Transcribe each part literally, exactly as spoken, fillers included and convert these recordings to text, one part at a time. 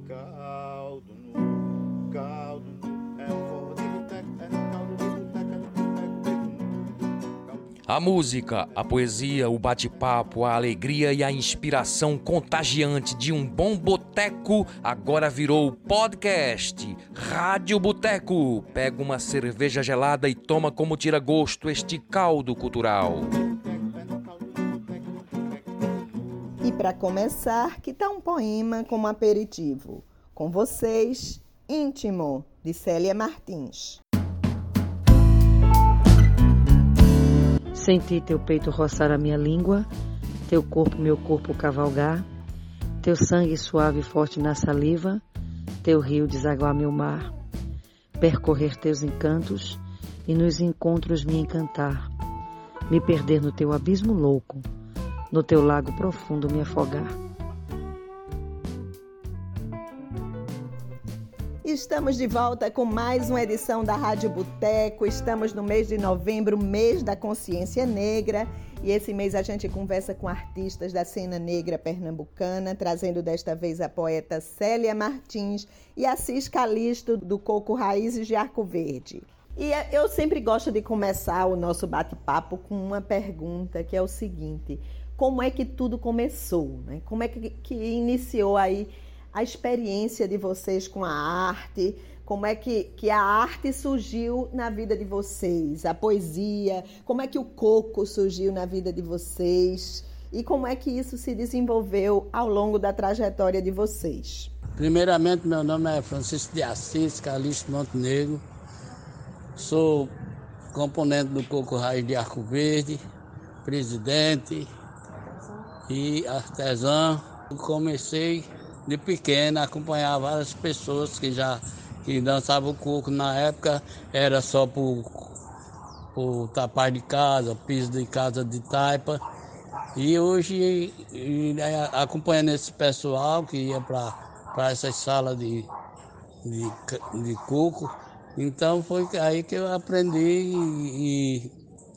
Caldo no caldo no, é forró de boteco, é no caldo de boteco, é no boteco, boteco. A música, a poesia, o bate-papo, a alegria e a inspiração contagiante de um bom boteco agora virou podcast. Rádio Boteco. Pega uma cerveja gelada e toma como tira gosto este caldo cultural. E para começar, que tal um poema como aperitivo? Com vocês, Íntimo, de Célia Martins. Senti teu peito roçar a minha língua, teu corpo, meu corpo cavalgar, teu sangue suave e forte na saliva, teu rio desaguar meu mar, percorrer teus encantos e nos encontros me encantar, me perder no teu abismo louco, no teu lago profundo me afogar. Estamos de volta com mais uma edição da Rádio Boteco. Estamos no mês de novembro, mês da consciência negra. E esse mês a gente conversa com artistas da cena negra pernambucana, trazendo desta vez a poeta Célia Martins e Assis Calixto, do Coco Raízes de Arco Verde. E eu sempre gosto de começar o nosso bate-papo com uma pergunta, que é o seguinte: como é que tudo começou, né? Como é que, que iniciou aí a experiência de vocês com a arte? Como é que, que a arte surgiu na vida de vocês? A poesia, como é que o coco surgiu na vida de vocês? E como é que isso se desenvolveu ao longo da trajetória de vocês? Primeiramente, meu nome é Francisco de Assis Calixto Montenegro. Sou componente do Coco Raiz de Arco Verde, presidente e artesão. Comecei de pequeno a acompanhar várias pessoas que já que dançavam o coco. Na época era só por, por tapar de casa, piso de casa de taipa. E hoje, e, acompanhando esse pessoal que ia para essas salas de, de, de coco, então foi aí que eu aprendi e,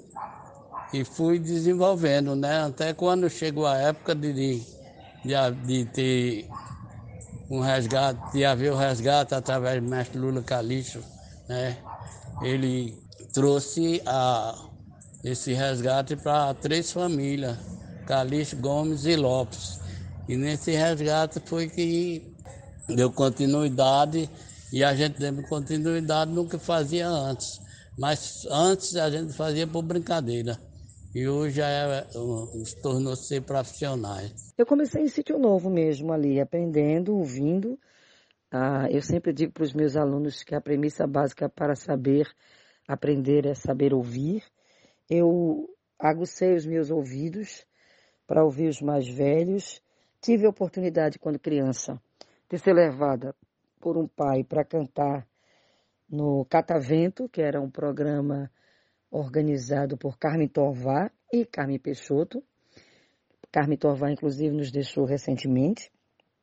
e fui desenvolvendo, né? Até quando chegou a época de, de, de ter um resgate, de haver o resgate através do mestre Lula Calixto, né? Ele trouxe a, esse resgate para três famílias, Calixto, Gomes e Lopes. E nesse resgate foi que deu continuidade, e a gente deu continuidade no que fazia antes. Mas antes a gente fazia por brincadeira. E hoje já é, tornou-se profissionais. Eu comecei em sítio novo mesmo ali, aprendendo, ouvindo. Ah, eu sempre digo para os meus alunos que a premissa básica para saber aprender é saber ouvir. Eu agucei os meus ouvidos para ouvir os mais velhos. Tive a oportunidade, quando criança, de ser levada por um pai para cantar no Catavento, que era um programa organizado por Carmen Torvá e Carmen Peixoto. Carmen Torvá, inclusive, nos deixou recentemente.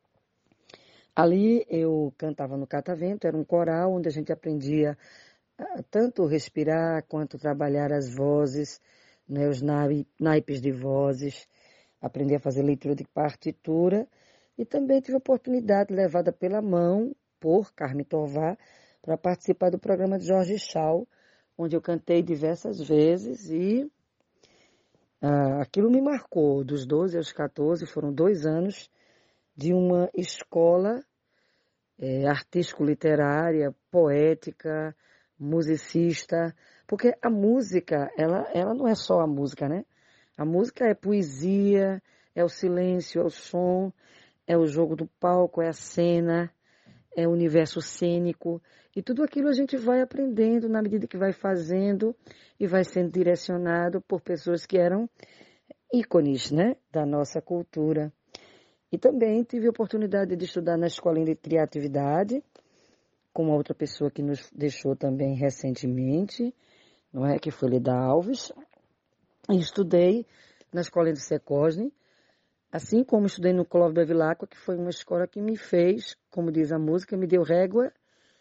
Ali eu cantava no Catavento, era um coral onde a gente aprendia uh, tanto respirar quanto trabalhar as vozes, né, os naipes de vozes, aprendi a fazer leitura de partitura e também tive a oportunidade, levada pela mão por Carmen Torvá, para participar do programa de Jorge Chau, onde eu cantei diversas vezes e ah, aquilo me marcou. Dos doze aos quatorze, foram dois anos de uma escola é, artístico-literária, poética, musicista, porque a música, ela, ela não é só a música, né? A música é poesia, é o silêncio, é o som, é o jogo do palco, é a cena, é o universo cênico, e tudo aquilo a gente vai aprendendo na medida que vai fazendo e vai sendo direcionado por pessoas que eram ícones, né, da nossa cultura. E também tive a oportunidade de estudar na Escolinha de Criatividade, com uma outra pessoa que nos deixou também recentemente, não é, que foi Leda Alves. E estudei na Escolinha de Secosne, assim como estudei no Clóvis Bevilacqua, que foi uma escola que me fez, como diz a música, me deu régua,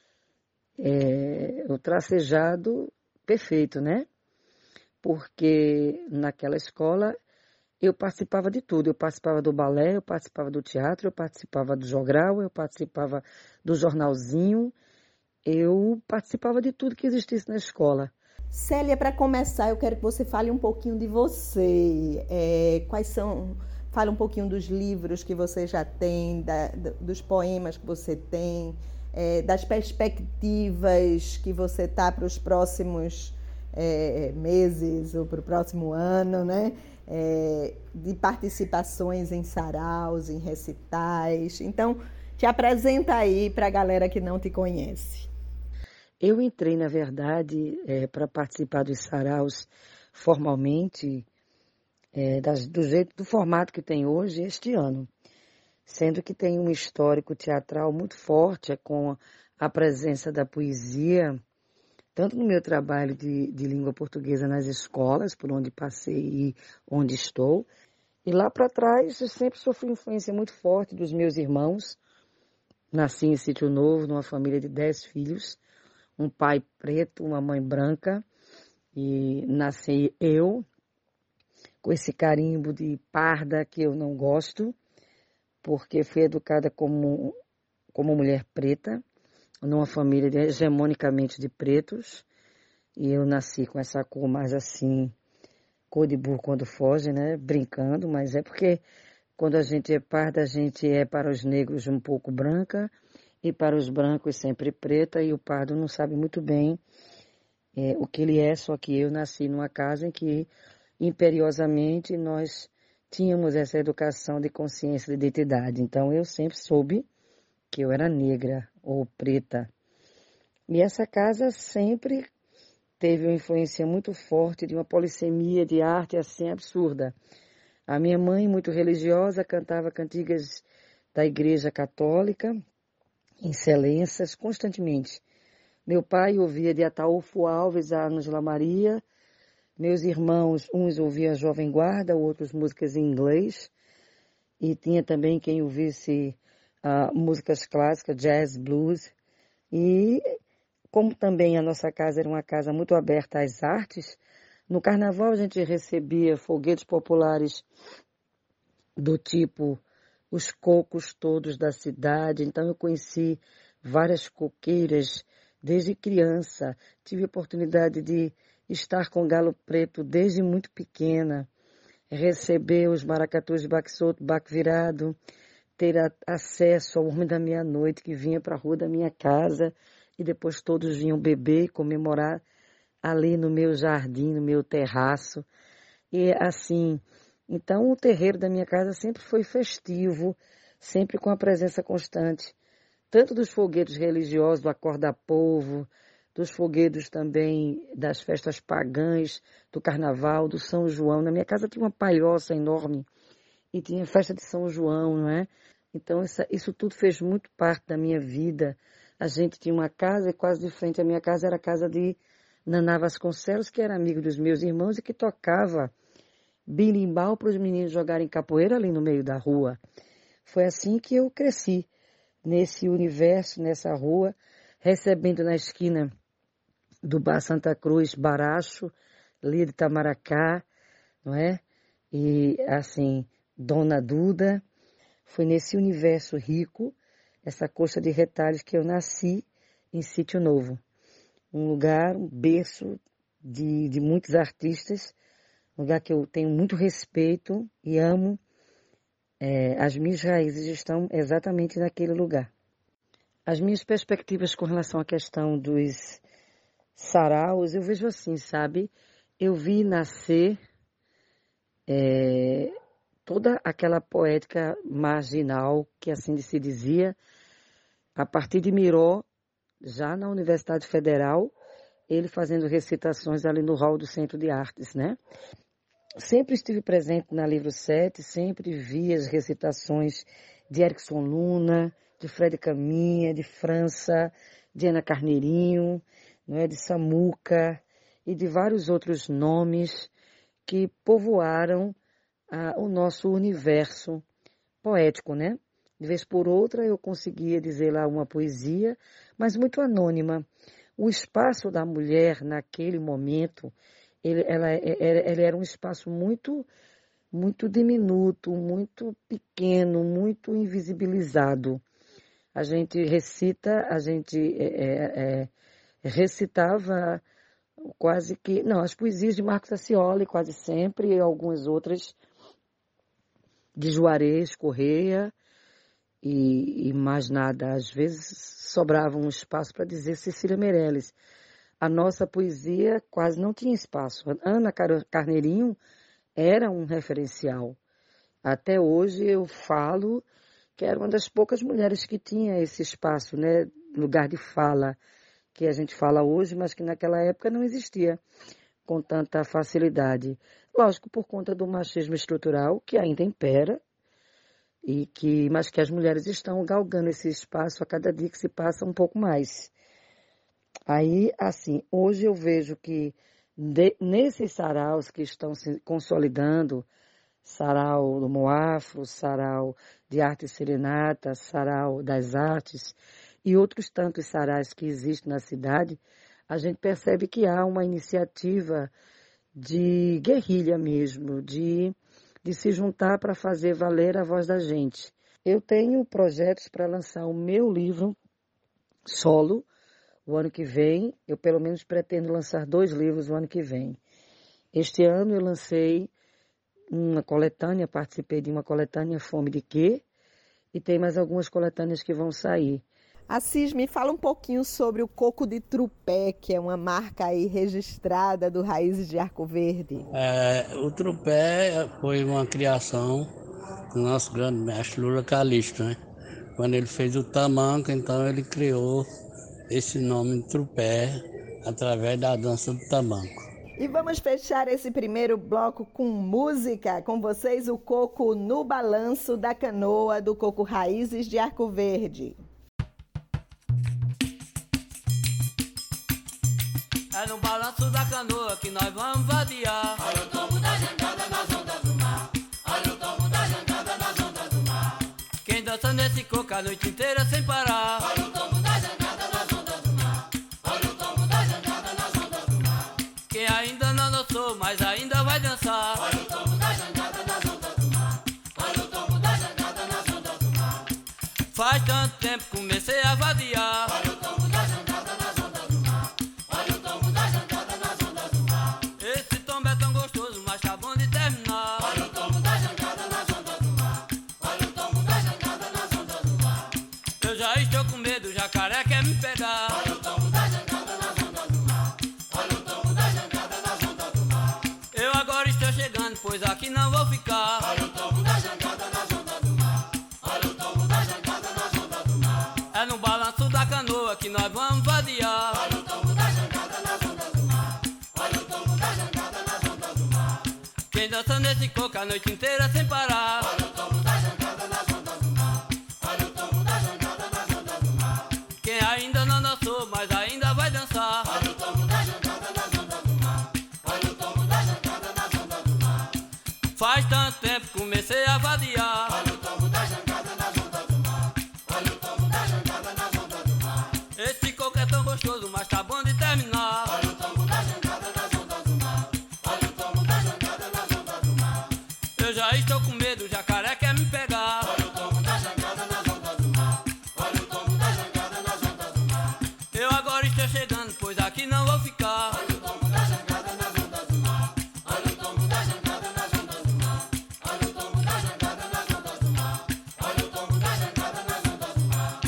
é, o tracejado perfeito, né? Porque naquela escola eu participava de tudo. Eu participava do balé, eu participava do teatro, eu participava do jogral, eu participava do jornalzinho, eu participava de tudo que existisse na escola. Célia, para começar, eu quero que você fale um pouquinho de você. É, quais são... Fale um pouquinho dos livros que você já tem, da, dos poemas que você tem, é, das perspectivas que você está para os próximos é, meses ou para o próximo ano, né? É, de participações em saraus, em recitais. Então, te apresenta aí para a galera que não te conhece. Eu entrei, na verdade, é, para participar dos saraus formalmente, é, das, do jeito, do formato que tem hoje, este ano. Sendo que tem um histórico teatral muito forte, é, com a presença da poesia, tanto no meu trabalho de, de língua portuguesa nas escolas, por onde passei e onde estou. E lá para trás, eu sempre sofri influência muito forte dos meus irmãos. Nasci em Sítio Novo, numa família de dez filhos. Um pai preto, uma mãe branca, e nasci eu, com esse carimbo de parda que eu não gosto, porque fui educada como, como mulher preta, numa família de, hegemonicamente de pretos, e eu nasci com essa cor mais assim, cor de burro quando foge, né, brincando, mas é porque quando a gente é parda, a gente é para os negros um pouco branca, e para os brancos sempre preta, e o pardo não sabe muito bem é, o que ele é, só que eu nasci numa casa em que, imperiosamente, nós tínhamos essa educação de consciência de identidade. Então, eu sempre soube que eu era negra ou preta. E essa casa sempre teve uma influência muito forte de uma polissemia de arte assim absurda. A minha mãe, muito religiosa, cantava cantigas da Igreja Católica, em excelências, constantemente. Meu pai ouvia de Ataúfo Alves a Ângela Maria. Meus irmãos, uns ouviam a Jovem Guarda, outros músicas em inglês. E tinha também quem ouvisse uh, músicas clássicas, jazz, blues. E como também a nossa casa era uma casa muito aberta às artes, no carnaval a gente recebia foguetes populares do tipo os cocos todos da cidade. Então eu conheci várias coqueiras desde criança. Tive a oportunidade de estar com Galo Preto desde muito pequena, receber os maracatus de baque solto, baque virado, ter a, acesso ao Homem da Meia-Noite que vinha para a rua da minha casa e depois todos vinham beber e comemorar ali no meu jardim, no meu terraço. E assim... Então, o terreiro da minha casa sempre foi festivo, sempre com a presença constante, tanto dos foguetos religiosos, do acorda-povo, dos foguetos também das festas pagãs, do carnaval, do São João. Na minha casa tinha uma palhoça enorme e tinha festa de São João, não é? Então, essa, isso tudo fez muito parte da minha vida. A gente tinha uma casa e quase de frente à minha casa era a casa de Naná Vasconcelos, que era amigo dos meus irmãos e que tocava birimbau para os meninos jogarem capoeira ali no meio da rua. Foi assim que eu cresci, nesse universo, nessa rua, recebendo na esquina do Bar Santa Cruz, Baracho, Líder Itamaracá, não é? E, assim, Dona Duda. Foi nesse universo rico, essa coxa de retalhos, que eu nasci em Sítio Novo. Um lugar, um berço de, de muitos artistas, um lugar que eu tenho muito respeito e amo. É, as minhas raízes estão exatamente naquele lugar. As minhas perspectivas com relação à questão dos saraus, eu vejo assim, sabe? Eu vi nascer é, toda aquela poética marginal, que assim se dizia, a partir de Miró, já na Universidade Federal, ele fazendo recitações ali no hall do Centro de Artes, né? Sempre estive presente na Livro sete, sempre vi as recitações de Erickson Luna, de Fred Caminha, de França, de Ana Carneirinho, não é, de Samuca e de vários outros nomes que povoaram ah, o nosso universo poético, né? De vez por outra eu conseguia dizer lá uma poesia, mas muito anônima. O espaço da mulher naquele momento, ele, ela, ele era um espaço muito muito diminuto, muito pequeno, muito invisibilizado. A gente recita, a gente é, é, recitava quase que, não, as poesias de Marcos Accioli quase sempre, e algumas outras de Juarez Correia, e, e mais nada. Às vezes sobrava um espaço para dizer Cecília Meirelles. A nossa poesia quase não tinha espaço. Ana Carneirinho era um referencial. Até hoje eu falo que era uma das poucas mulheres que tinha esse espaço, né, lugar de fala, que a gente fala hoje, mas que naquela época não existia com tanta facilidade. Lógico, por conta do machismo estrutural, que ainda impera, e que, mas que as mulheres estão galgando esse espaço a cada dia que se passa um pouco mais. Aí, assim, hoje eu vejo que de, nesses saraus que estão se consolidando, sarau do Moafro, sarau de arte e serenata, sarau das artes e outros tantos sarais que existem na cidade, a gente percebe que há uma iniciativa de guerrilha mesmo, de, de se juntar para fazer valer a voz da gente. Eu tenho projetos para lançar o meu livro solo o ano que vem. Eu pelo menos pretendo lançar dois livros o ano que vem. Este ano eu lancei uma coletânea, participei de uma coletânea Fome de Quê? E tem mais algumas coletâneas que vão sair. Assis, me fala um pouquinho sobre o coco de trupé, que é uma marca aí registrada do Raízes de Arco Verde. É, o trupé foi uma criação do nosso grande mestre Lula Calixto, né? Quando ele fez o tamanco, então ele criou esse nome de trupé através da dança do tamanco. E vamos fechar esse primeiro bloco com música. Com vocês, o coco no balanço da canoa do Coco Raízes de Arco Verde. É no balanço da canoa que nós vamos vadiar. Olha o tombo da jangada nas ondas do mar. Olha o tombo da jangada nas ondas do mar. Quem dança nesse coco a noite inteira sem parar. Olha o tombo da jangada nas ondas do mar. Olha o tombo da jangada nas ondas do mar. Quem ainda não dançou, mas ainda vai dançar. Olha o tombo da jangada nas ondas do mar. Olha o tombo da jangada nas ondas do mar. Faz tanto tempo que comecei a vadiar. Olha o tombo da jangada nas ondas do mar. Olha o tombo da jangada nas ondas do mar. Esse tombo é tão gostoso, mas tá bom de terminar. Olha o tombo da jangada nas ondas do mar. Olha o tombo da jangada nas ondas do mar. Eu já estou com medo, o jacaré quer me pegar. Olha o tombo da jangada nas ondas do mar. Olha o tombo da jangada nas ondas do mar. Eu agora estou chegando, pois aqui não vou ficar. Olha o tombo da jangada nas ondas do mar. Olha o tombo da jangada nas ondas do mar. É no balanço da canoa que nós vamos vadiar. Olha o tombo da jangada nas ondas do mar. Olha o tombo da jangada nas ondas do mar. Quem dança nesse coco a noite inteira sem parar. Olha o tombo da jangada nas ondas do mar. Olha o tombo da jangada nas ondas do mar. Quem ainda não dançou, mas ainda vai dançar. Olha o tombo da jangada nas ondas do mar. Olha o tombo da jangada nas ondas do mar. Faz tanto tempo que comecei a vadiar. Olha o tombo da jangada nas ondas do mar. Olha o tombo da jangada nas ondas do mar. Esse coco é tão gostoso, mas tá bom de terminar. Olha o tombo da jangada nas ondas do mar. Olha o tombo da jangada nas ondas do mar. Eu já estou com medo, o jacaré quer me pegar. Olha o tombo da jangada nas ondas do mar. Olha o tombo da jangada nas ondas do mar. Eu agora estou chegando, pois aqui não vou ficar. Olha o tombo da jangada nas ondas do mar. Olha o tombo da jangada nas ondas do mar. Olha o tombo da jangada nas ondas do mar. Olha o tombo da jangada nas ondas do mar.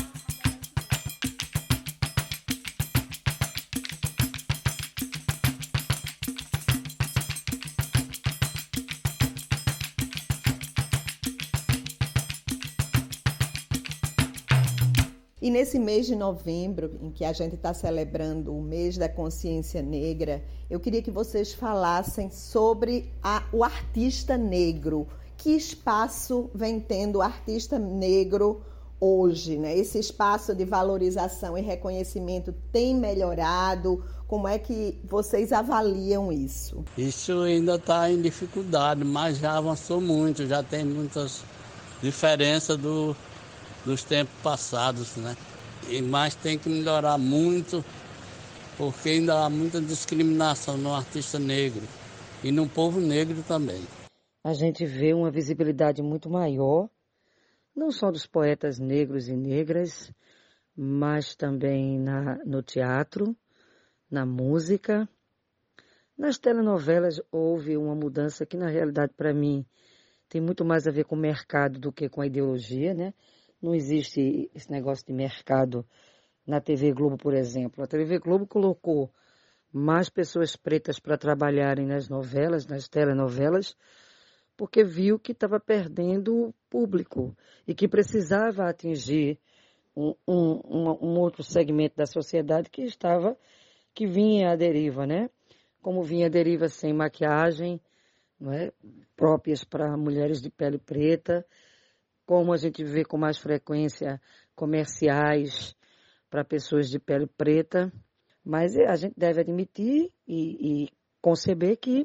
E nesse mês de novembro, em que a gente está celebrando o mês da consciência negra, eu queria que vocês falassem sobre a, o artista negro. Que espaço vem tendo o artista negro hoje, né? Esse espaço de valorização e reconhecimento tem melhorado? Como é que vocês avaliam isso? Isso ainda está em dificuldade, mas já avançou muito, já tem muitas diferenças do, dos tempos passados, né? E, mas tem que melhorar muito, porque ainda há muita discriminação no artista negro e no povo negro também. a gente vê uma visibilidade muito maior, não só dos poetas negros e negras, mas também na, no teatro, na música. Nas telenovelas houve uma mudança que, na realidade, para mim, tem muito mais a ver com o mercado do que com a ideologia, né? Não existe esse negócio de mercado na T V Globo, por exemplo. A T V Globo colocou mais pessoas pretas para trabalharem nas novelas, nas telenovelas, porque viu que estava perdendo público e que precisava atingir um, um, um outro segmento da sociedade que estava, que vinha à deriva, né? Como vinha à deriva sem maquiagem, não é? Próprias para mulheres de pele preta, como a gente vê com mais frequência comerciais para pessoas de pele preta. Mas a gente deve admitir e, e conceber que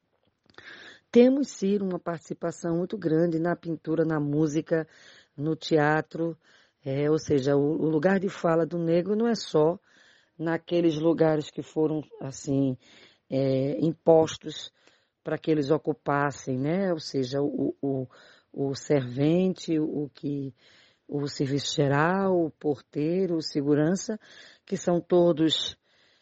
temos sim uma participação muito grande na pintura, na música, no teatro, é, ou seja, o, o lugar de fala do negro não é só naqueles lugares que foram assim é, impostos para que eles ocupassem, né? Ou seja, o, o, o servente, o, que, o serviço geral, o porteiro, o segurança, que são todos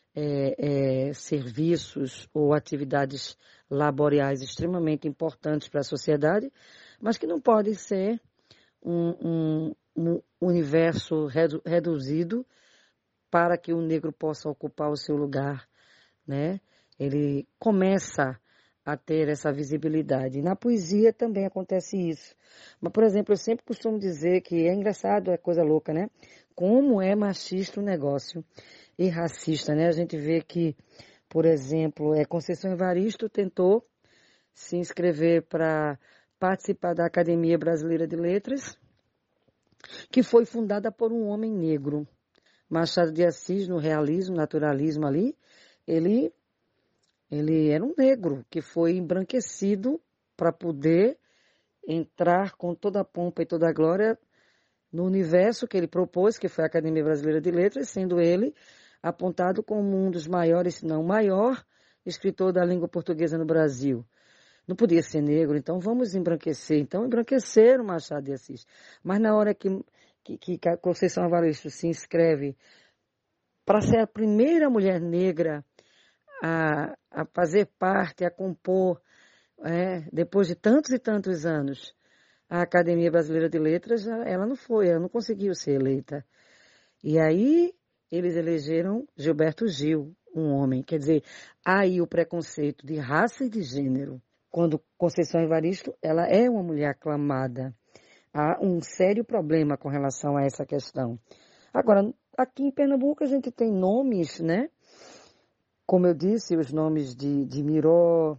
é, é, serviços ou atividades laborais extremamente importantes para a sociedade, mas que não podem ser um, um, um universo redu, reduzido para que o negro possa ocupar o seu lugar, né? Ele começa a ter essa visibilidade. E na poesia também acontece isso. Mas, por exemplo, eu sempre costumo dizer que é engraçado, é coisa louca, né? Como é machista o negócio e racista, né? A gente vê que, por exemplo, é, Conceição Evaristo tentou se inscrever para participar da Academia Brasileira de Letras, que foi fundada por um homem negro. Machado de Assis, no realismo, naturalismo ali, ele, ele era um negro que foi embranquecido para poder entrar com toda a pompa e toda a glória no universo que ele propôs, que foi a Academia Brasileira de Letras, sendo ele apontado como um dos maiores, se não o maior, escritor da língua portuguesa no Brasil. Não podia ser negro, então vamos embranquecer. Então embranqueceram Machado de Assis. Mas na hora que, que, que a Conceição Evaristo se inscreve para ser a primeira mulher negra a, a fazer parte, a compor, é, depois de tantos e tantos anos, a Academia Brasileira de Letras, ela não foi, ela não conseguiu ser eleita. E aí eles elegeram Gilberto Gil, um homem. Quer dizer, há aí o preconceito de raça e de gênero. Quando Conceição Evaristo, ela é uma mulher aclamada. Há um sério problema com relação a essa questão. Agora, aqui em Pernambuco a gente tem nomes, né? Como eu disse, os nomes de, de Miró,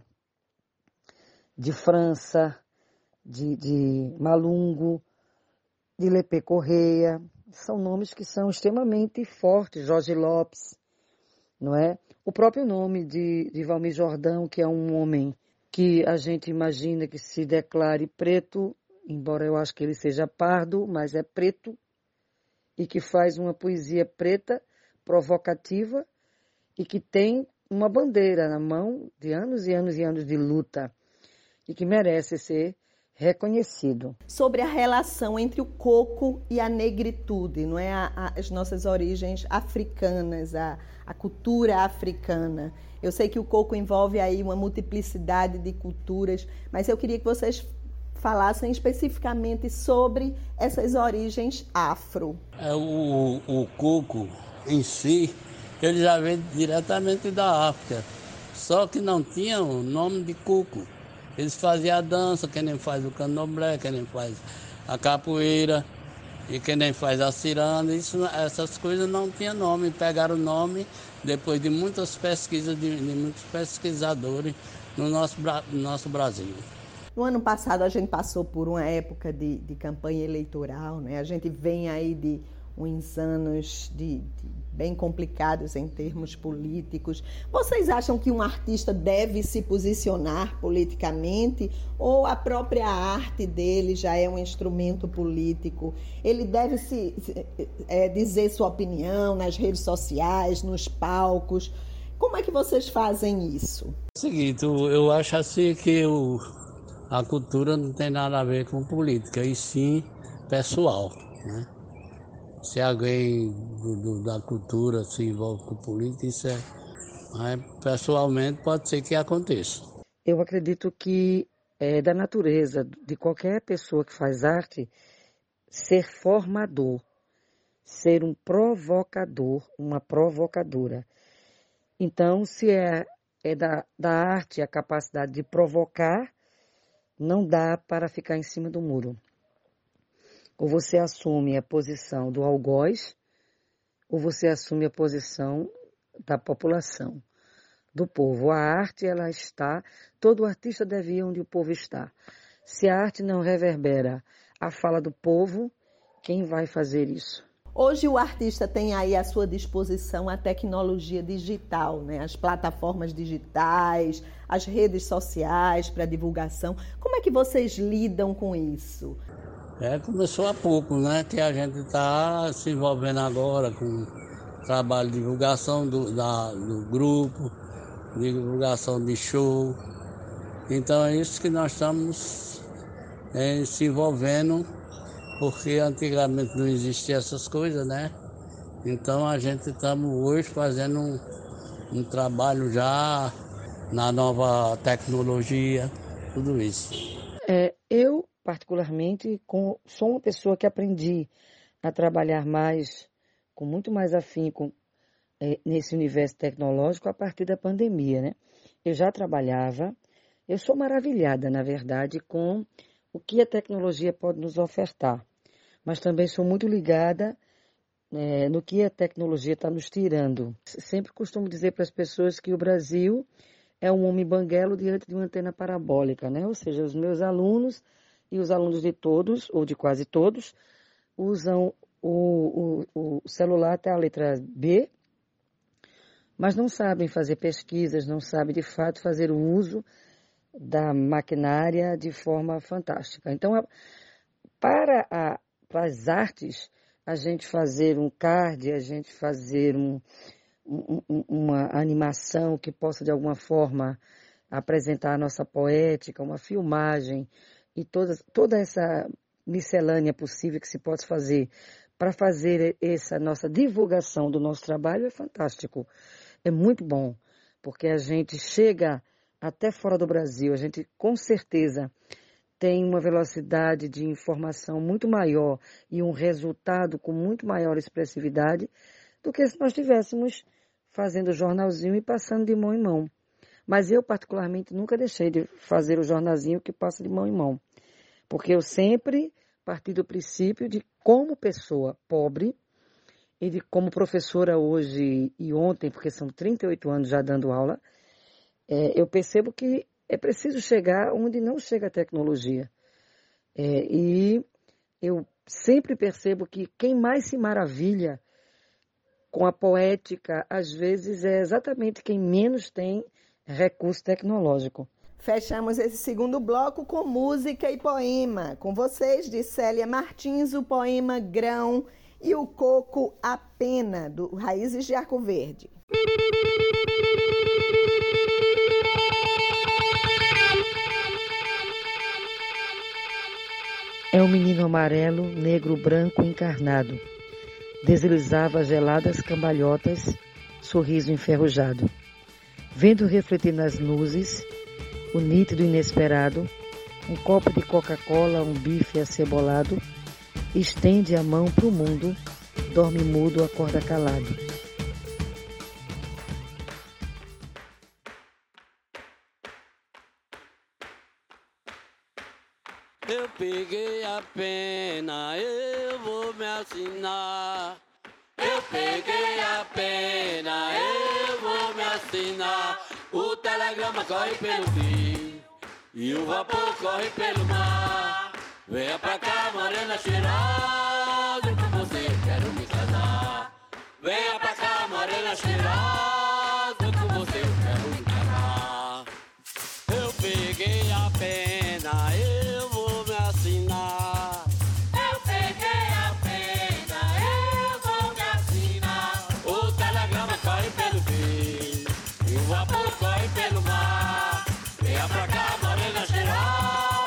de França, de, de Malungo, de Lepê Correia. São nomes que são extremamente fortes. Jorge Lopes, não é? O próprio nome de, de Valmir Jordão, que é um homem que a gente imagina que se declare preto, embora eu acho que ele seja pardo, mas é preto, e que faz uma poesia preta, provocativa, e que tem uma bandeira na mão de anos e anos e anos de luta, e que merece ser reconhecido. Sobre a relação entre o coco e a negritude, não é? A, a, as nossas origens africanas, a, a cultura africana. Eu sei que o coco envolve aí uma multiplicidade de culturas, mas eu queria que vocês falassem especificamente sobre essas origens afro. É, o, o coco em si, ele já vem diretamente da África, só que não tinha o nome de coco. Eles faziam a dança, quem nem faz o candomblé, quem nem faz a capoeira, e quem nem faz a ciranda. Isso, essas coisas não tinham nome, pegaram o nome depois de muitas pesquisas, de, de muitos pesquisadores no nosso, no nosso Brasil. No ano passado a gente passou por uma época de, de campanha eleitoral, né? A gente vem aí de uns anos de, de bem complicados em termos políticos. Vocês acham que um artista deve se posicionar politicamente ou a própria arte dele já é um instrumento político? Ele deve se, é, dizer sua opinião nas redes sociais, nos palcos? Como é que vocês fazem isso? É o seguinte, eu acho assim que o, a cultura não tem nada a ver com política, e sim pessoal, né? Se alguém do, do, da cultura se envolve com política, isso é... Mas, pessoalmente, pode ser que aconteça. Eu acredito que é da natureza de qualquer pessoa que faz arte ser formador, ser um provocador, uma provocadora. Então, se é, é da, da arte a capacidade de provocar, não dá para ficar em cima do muro. Ou você assume a posição do algoz, ou você assume a posição da população, do povo. A arte, ela está, todo artista deve ir onde o povo está. Se a arte não reverbera a fala do povo, quem vai fazer isso? Hoje o artista tem aí à sua disposição a tecnologia digital, né? As plataformas digitais, as redes sociais para divulgação. Como é que vocês lidam com isso? É, começou há pouco, né? Que a gente está se envolvendo agora com trabalho de divulgação do, da, do grupo, divulgação de show. Então é isso que nós estamos é, se envolvendo, porque antigamente não existiam essas coisas, né? Então a gente estamos hoje fazendo um, um trabalho já na nova tecnologia, tudo isso. É, eu, particularmente, com, sou uma pessoa que aprendi a trabalhar mais, com muito mais afinco é, nesse universo tecnológico a partir da pandemia, né? Eu já trabalhava, eu sou maravilhada, na verdade, com o que a tecnologia pode nos ofertar, mas também sou muito ligada é, no que a tecnologia está nos tirando. Sempre costumo dizer para as pessoas que o Brasil é um homem banguelo diante de uma antena parabólica, né? Ou seja, os meus alunos e os alunos de todos, ou de quase todos, usam o, o, o celular até a letra B, mas não sabem fazer pesquisas, não sabem de fato fazer o uso da maquinária de forma fantástica. Então, a, para, a, para as artes, a gente fazer um card, a gente fazer um, um, uma animação que possa de alguma forma apresentar a nossa poética, uma filmagem e toda, toda essa miscelânea possível que se pode fazer para fazer essa nossa divulgação do nosso trabalho é fantástico. É muito bom, porque a gente chega até fora do Brasil, a gente com certeza tem uma velocidade de informação muito maior e um resultado com muito maior expressividade do que se nós estivéssemos fazendo jornalzinho e passando de mão em mão. Mas eu, particularmente, nunca deixei de fazer o jornalzinho que passa de mão em mão, porque eu sempre parti do princípio de, como pessoa pobre, e de como professora hoje e ontem, porque são trinta e oito anos já dando aula, é, eu percebo que é preciso chegar onde não chega a tecnologia. É, e eu sempre percebo que quem mais se maravilha com a poética, às vezes, é exatamente quem menos tem recurso tecnológico. Fechamos esse segundo bloco com música e poema. Com vocês, de Célia Martins, o poema Grão e o Coco A Pena, do Raízes de Arco Verde. É um menino amarelo, negro, branco, encarnado. Deslizava geladas cambalhotas, sorriso enferrujado. Vendo refletir nas luzes o nítido inesperado, um copo de Coca-Cola, um bife acebolado, estende a mão pro mundo, dorme mudo, acorda calado. Eu peguei a pena, eu vou me assinar. Eu peguei a pena, eu vou me assinar. O telegrama corre pelo rio e o vapor corre pelo mar. Venha pra cá, morena cheirosa, com você eu quero me casar. Venha pra cá, morena cheirosa, com você eu quero me casar. Eu peguei a pena, eu vou me assinar. Eu peguei a pena, eu vou me assinar. O telegrama corre pelo rio e o vapor corre pelo mar. Venha pra cá, morena cheirosa,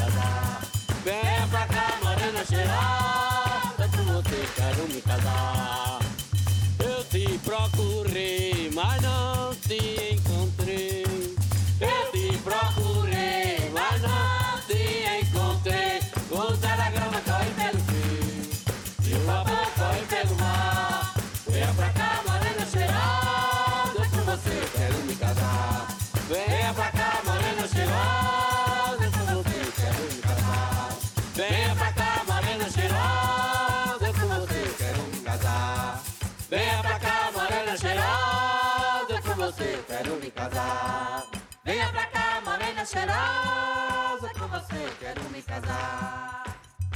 casar. Venha pra cá, morena cheirosa, com você quero me casar. Eu te procurei, mas não te encontrei. Eu te procurei, mas não te encontrei. O telegrama corre pelo fio e o vapor corre pelo mar. Venha pra cá, morena cheirosa, com você quero me casar. Venha pra cá, morena cheirosa, com você quero me casar. Venha pra cá, morena cheirosa, com você quero me casar. Venha pra cá, morena cheirosa, com você quero me casar. Venha pra cá, morena cheirosa, com você quero me casar.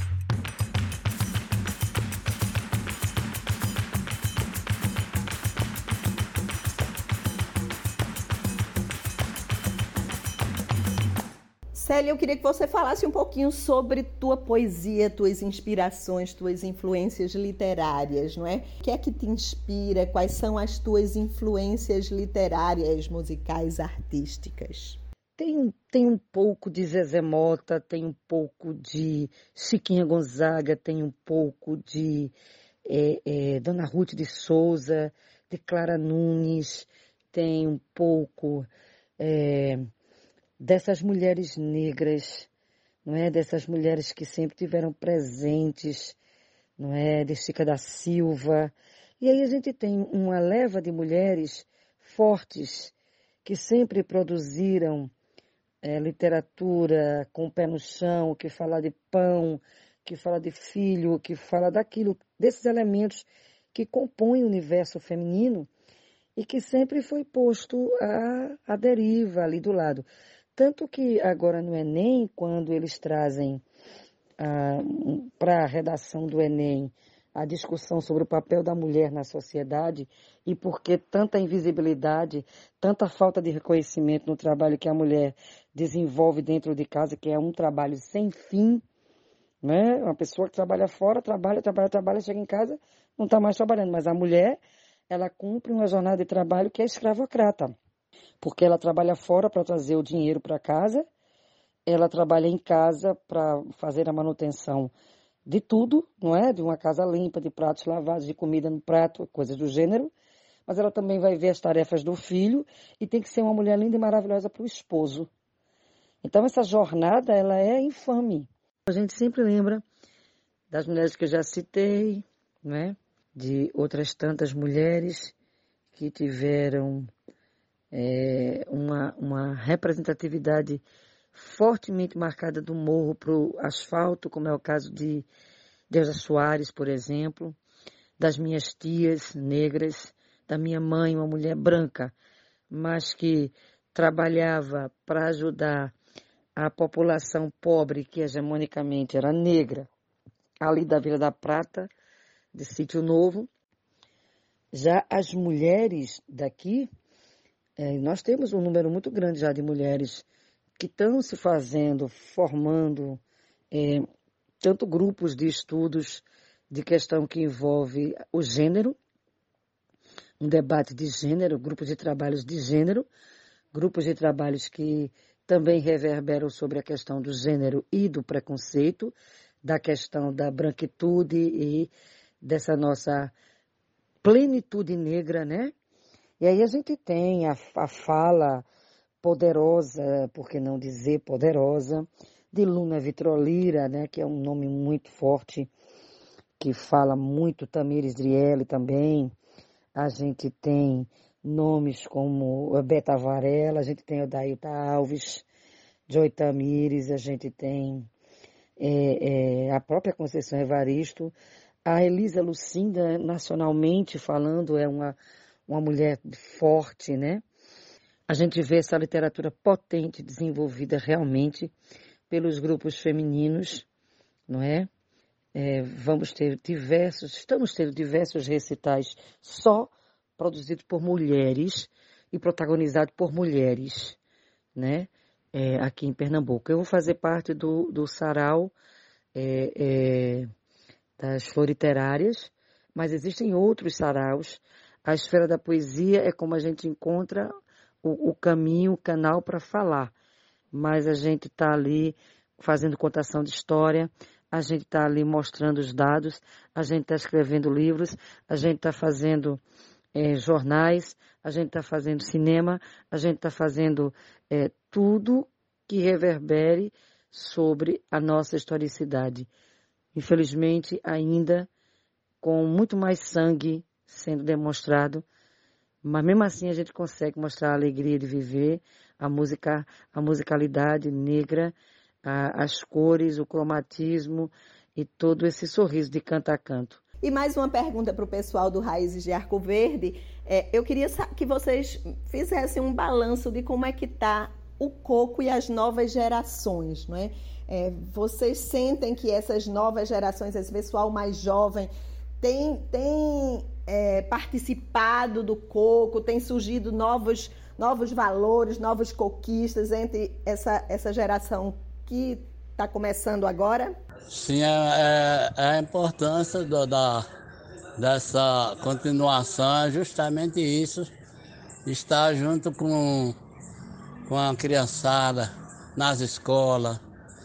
Célia, eu queria que você falasse um pouquinho sobre tua poesia, tuas inspirações, tuas influências literárias, não é? O que é que te inspira? Quais são as tuas influências literárias, musicais, artísticas? Tem, tem um pouco de Zezé Mota, tem um pouco de Chiquinha Gonzaga, tem um pouco de é, é, Dona Ruth de Souza, de Clara Nunes, tem um pouco... É, dessas mulheres negras, não é? Dessas mulheres que sempre tiveram presentes, não é? De Chica da Silva. E aí a gente tem uma leva de mulheres fortes que sempre produziram é, literatura com o pé no chão, que fala de pão, que fala de filho, que fala daquilo, desses elementos que compõem o universo feminino e que sempre foi posto à, à deriva ali do lado. Tanto que agora no Enem, quando eles trazem ah, para a redação do Enem a discussão sobre o papel da mulher na sociedade e por que tanta invisibilidade, tanta falta de reconhecimento no trabalho que a mulher desenvolve dentro de casa, que é um trabalho sem fim, né? Uma pessoa que trabalha fora, trabalha, trabalha, trabalha, chega em casa, não está mais trabalhando. Mas a mulher, ela cumpre uma jornada de trabalho que é escravocrata. Porque ela trabalha fora para trazer o dinheiro para casa, ela trabalha em casa para fazer a manutenção de tudo, não é? De uma casa limpa, de pratos lavados, de comida no prato, coisas do gênero, mas ela também vai ver as tarefas do filho e tem que ser uma mulher linda e maravilhosa para o esposo. Então essa jornada, ela é infame. A gente sempre lembra das mulheres que eu já citei, né? De outras tantas mulheres que tiveram... É uma, uma representatividade fortemente marcada do morro para o asfalto, como é o caso de Deusa Soares, por exemplo, das minhas tias negras, da minha mãe, uma mulher branca, mas que trabalhava para ajudar a população pobre, que hegemonicamente era negra, ali da Vila da Prata, de Sítio Novo. Já as mulheres daqui, É, nós temos um número muito grande já de mulheres que estão se fazendo, formando, é, tanto grupos de estudos de questão que envolve o gênero, um debate de gênero, grupos de trabalhos de gênero, grupos de trabalhos que também reverberam sobre a questão do gênero e do preconceito, da questão da branquitude e dessa nossa plenitude negra, né? E aí a gente tem a, a fala poderosa, por que não dizer poderosa, de Luna Vitrolira, né, que é um nome muito forte, que fala muito Tamires Drielli também. A gente tem nomes como Beta Varela, a gente tem o Dailta Alves, Joy Tamires, a gente tem é, é, a própria Conceição Evaristo, a Elisa Lucinda, nacionalmente falando, é uma... uma mulher forte, né? A gente vê essa literatura potente, desenvolvida realmente pelos grupos femininos, não é? É, vamos ter diversos, estamos tendo diversos recitais só produzidos por mulheres e protagonizados por mulheres, né? É, aqui em Pernambuco. Eu vou fazer parte do, do sarau é, é, das floriterárias, mas existem outros saraus. A esfera da poesia é como a gente encontra o, o caminho, o canal para falar. Mas a gente está ali fazendo contação de história, a gente está ali mostrando os dados, a gente está escrevendo livros, a gente está fazendo é, jornais, a gente está fazendo cinema, a gente está fazendo é, tudo que reverbere sobre a nossa historicidade. Infelizmente, ainda com muito mais sangue sendo demonstrado, mas mesmo assim a gente consegue mostrar a alegria de viver, a música, a musicalidade negra, a, as cores, o cromatismo e todo esse sorriso de canto a canto. E mais uma pergunta para o pessoal do Raízes de Arco Verde. É, eu queria que vocês fizessem um balanço de como é que está o coco e as novas gerações, não é? É, vocês sentem que essas novas gerações, esse pessoal mais jovem, tem, tem é, participado do coco, tem surgido novos, novos valores, novos coquistas entre essa, essa geração que está começando agora? Sim, é, é a importância do, da, dessa continuação é justamente isso, estar junto com, com a criançada nas escolas,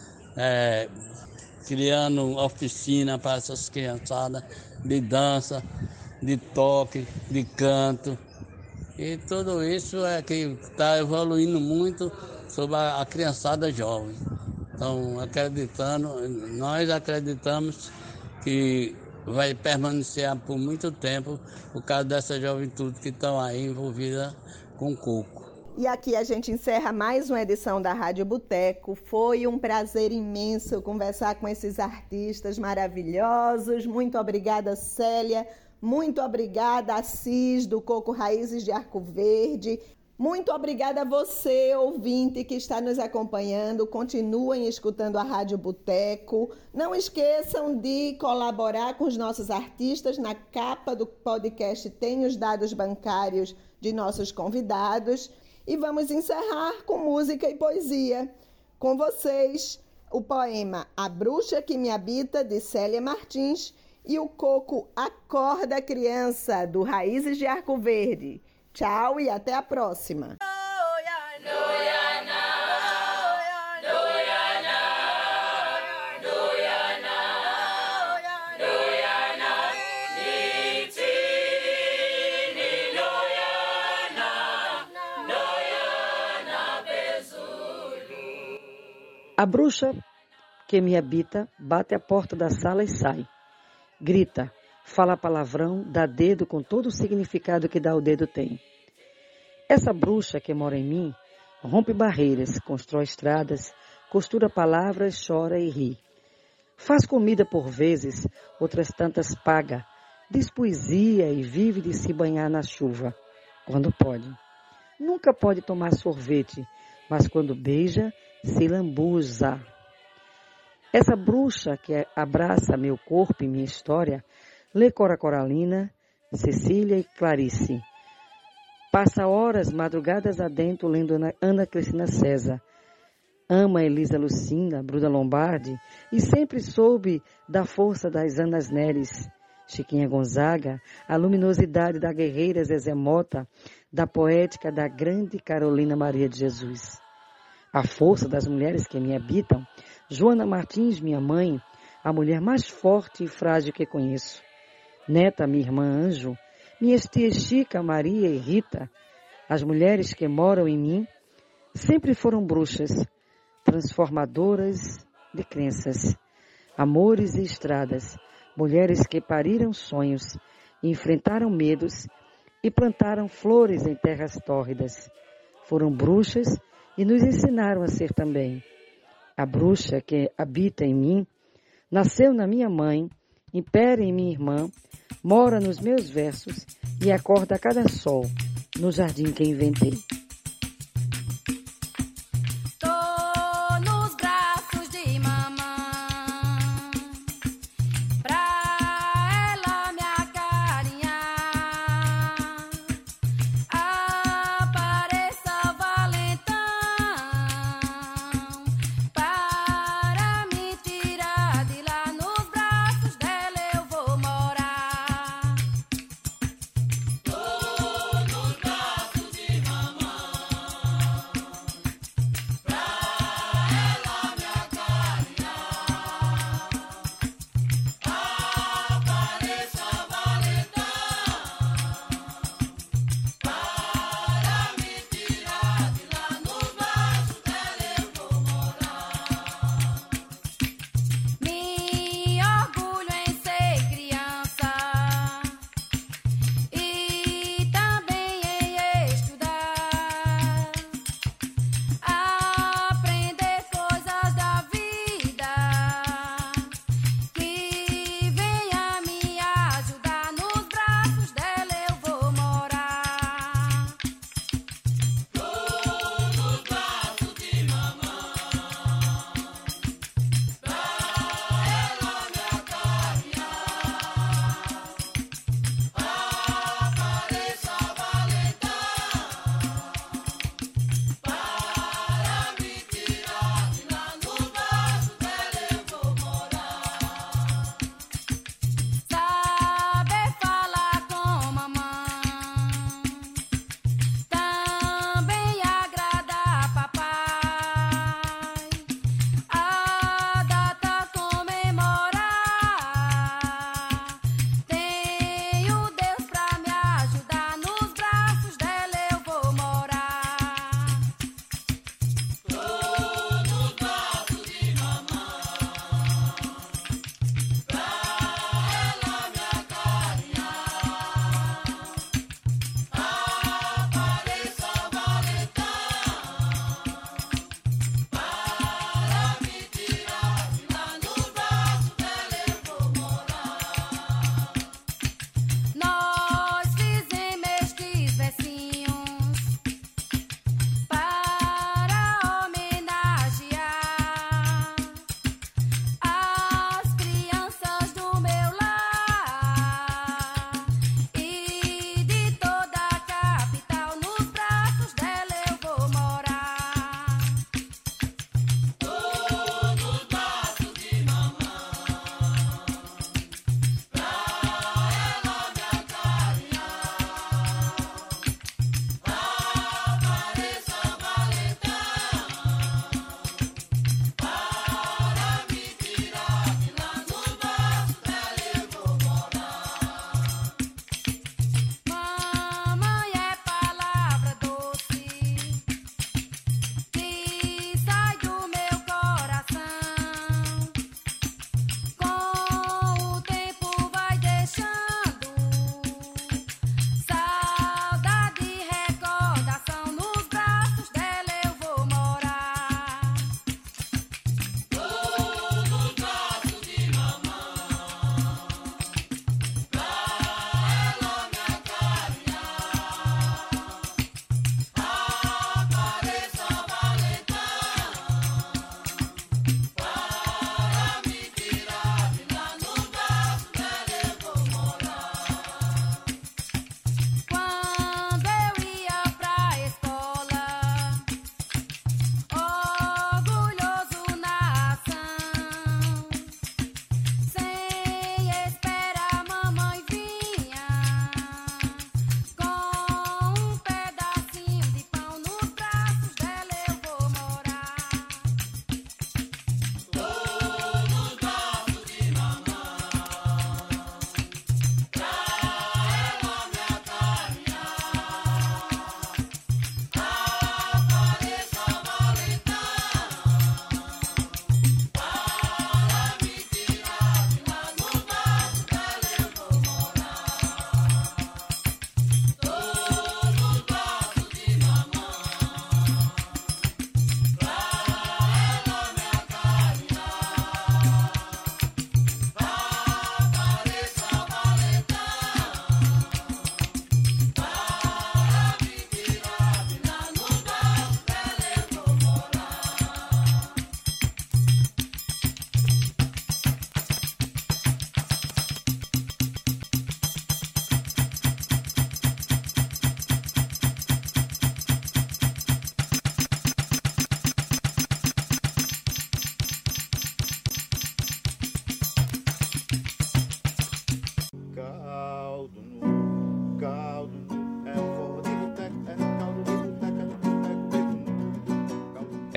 é, criando oficina para essas criançadas de dança, de toque, de canto. E tudo isso é que está evoluindo muito sobre a, a criançada jovem. Então, acreditando, nós acreditamos que vai permanecer por muito tempo por causa dessa juventude que estão aí envolvida com coco. E aqui a gente encerra mais uma edição da Rádio Boteco. Foi um prazer imenso conversar com esses artistas maravilhosos. Muito obrigada, Célia. Muito obrigada, Assis, do Coco Raízes de Arco Verde. Muito obrigada a você, ouvinte, que está nos acompanhando. Continuem escutando a Rádio Boteco. Não esqueçam de colaborar com os nossos artistas. Na capa do podcast tem os dados bancários de nossos convidados. E vamos encerrar com música e poesia. Com vocês, o poema A Bruxa que Me Habita, de Célia Martins, e o coco Acorda Criança, do Raízes de Arco Verde. Tchau e até a próxima. A bruxa que me habita bate a porta da sala e sai. Grita, fala palavrão, dá dedo com todo o significado que dar o dedo tem. Essa bruxa que mora em mim rompe barreiras, constrói estradas, costura palavras, chora e ri. Faz comida por vezes, outras tantas paga, diz poesia e vive de se banhar na chuva, quando pode. Nunca pode tomar sorvete, mas quando beija, se lambuza. Essa bruxa que abraça meu corpo e minha história, lê Cora Coralina, Cecília e Clarice. Passa horas, madrugadas adentro, lendo Ana Cristina César. Ama Elisa Lucinda, Bruna Lombardi, e sempre soube da força das Anas Neres, Chiquinha Gonzaga, a luminosidade da guerreira Zezé Mota, da poética da grande Carolina Maria de Jesus. A força das mulheres que me habitam, Joana Martins, minha mãe, a mulher mais forte e frágil que conheço. Neta, minha irmã Anjo, minhas tias Chica, Maria e Rita, as mulheres que moram em mim, sempre foram bruxas, transformadoras de crenças, amores e estradas, mulheres que pariram sonhos, enfrentaram medos e plantaram flores em terras tórridas. Foram bruxas e nos ensinaram a ser também. A bruxa que habita em mim, nasceu na minha mãe, impera em minha irmã, mora nos meus versos e acorda a cada sol no jardim que inventei. Tô nos braços de mamãe.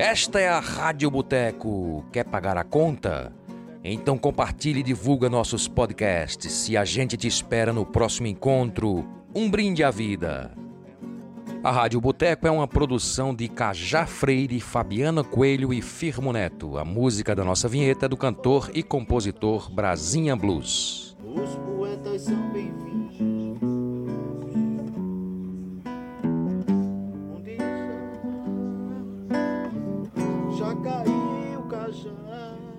Esta é a Rádio Boteco. Quer pagar a conta? Então compartilhe e divulga nossos podcasts e a gente te espera no próximo encontro. Um brinde à vida. A Rádio Boteco é uma produção de Cajá Freire, Fabiana Coelho e Firmo Neto. A música da nossa vinheta é do cantor e compositor Brasinha Blues. Os poetas são bem-vindos. Onde está? Já caiu o cajá.